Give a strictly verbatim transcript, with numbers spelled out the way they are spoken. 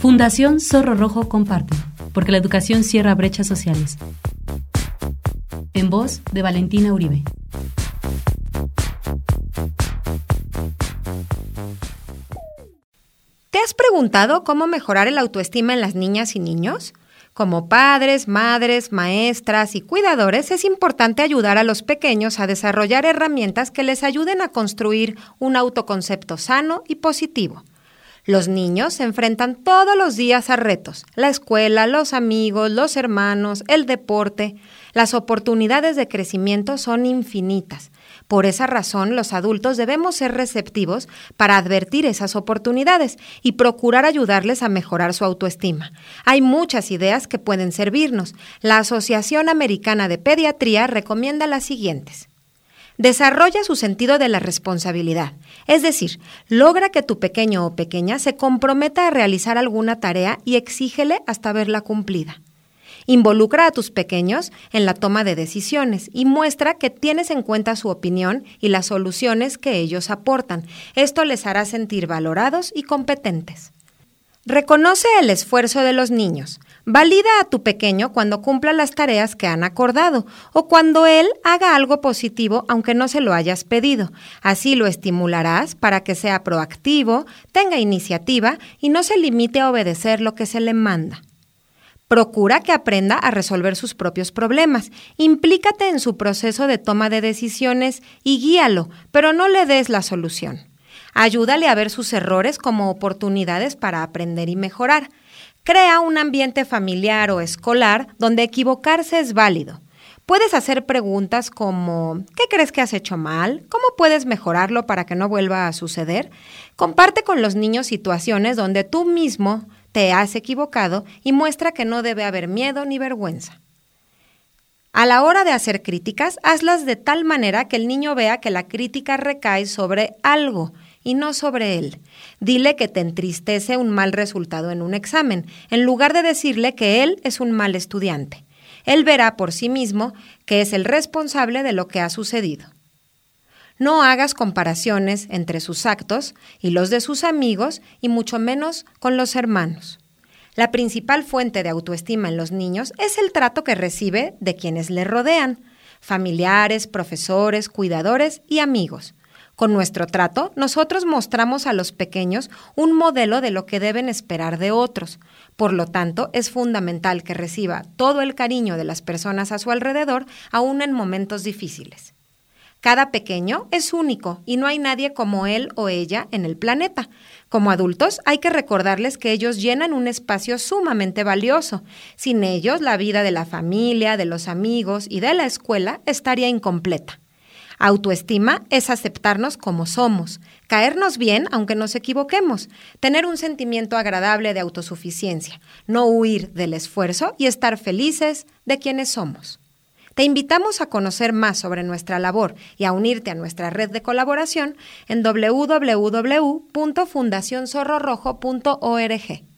Fundación Zorro Rojo comparte, porque la educación cierra brechas sociales. En voz de Valentina Uribe. ¿Te has preguntado cómo mejorar el autoestima en las niñas y niños? Como padres, madres, maestras y cuidadores, es importante ayudar a los pequeños a desarrollar herramientas que les ayuden a construir un autoconcepto sano y positivo. Los niños se enfrentan todos los días a retos: la escuela, los amigos, los hermanos, el deporte. Las oportunidades de crecimiento son infinitas. Por esa razón, los adultos debemos ser receptivos para advertir esas oportunidades y procurar ayudarles a mejorar su autoestima. Hay muchas ideas que pueden servirnos. La Asociación Americana de Pediatría recomienda las siguientes. Desarrolla su sentido de la responsabilidad, es decir, logra que tu pequeño o pequeña se comprometa a realizar alguna tarea y exígele hasta verla cumplida. Involucra a tus pequeños en la toma de decisiones y muestra que tienes en cuenta su opinión y las soluciones que ellos aportan. Esto les hará sentir valorados y competentes. Reconoce el esfuerzo de los niños. Valida a tu pequeño cuando cumpla las tareas que han acordado o cuando él haga algo positivo aunque no se lo hayas pedido. Así lo estimularás para que sea proactivo, tenga iniciativa y no se limite a obedecer lo que se le manda. Procura que aprenda a resolver sus propios problemas. Implícate en su proceso de toma de decisiones y guíalo, pero no le des la solución. Ayúdale a ver sus errores como oportunidades para aprender y mejorar. Crea un ambiente familiar o escolar donde equivocarse es válido. Puedes hacer preguntas como ¿qué crees que has hecho mal? ¿Cómo puedes mejorarlo para que no vuelva a suceder? Comparte con los niños situaciones donde tú mismo te has equivocado y muestra que no debe haber miedo ni vergüenza. A la hora de hacer críticas, hazlas de tal manera que el niño vea que la crítica recae sobre algo y no sobre él. Dile que te entristece un mal resultado en un examen, en lugar de decirle que él es un mal estudiante. Él verá por sí mismo que es el responsable de lo que ha sucedido. No hagas comparaciones entre sus actos y los de sus amigos, y mucho menos con los hermanos. La principal fuente de autoestima en los niños es el trato que recibe de quienes le rodean, familiares, profesores, cuidadores y amigos. Con nuestro trato, nosotros mostramos a los pequeños un modelo de lo que deben esperar de otros. Por lo tanto, es fundamental que reciba todo el cariño de las personas a su alrededor, aún en momentos difíciles. Cada pequeño es único y no hay nadie como él o ella en el planeta. Como adultos, hay que recordarles que ellos llenan un espacio sumamente valioso. Sin ellos, la vida de la familia, de los amigos y de la escuela estaría incompleta. Autoestima es aceptarnos como somos, caernos bien aunque nos equivoquemos, tener un sentimiento agradable de autosuficiencia, no huir del esfuerzo y estar felices de quienes somos. Te invitamos a conocer más sobre nuestra labor y a unirte a nuestra red de colaboración en doble u doble u doble u punto fundación zorro rojo punto org.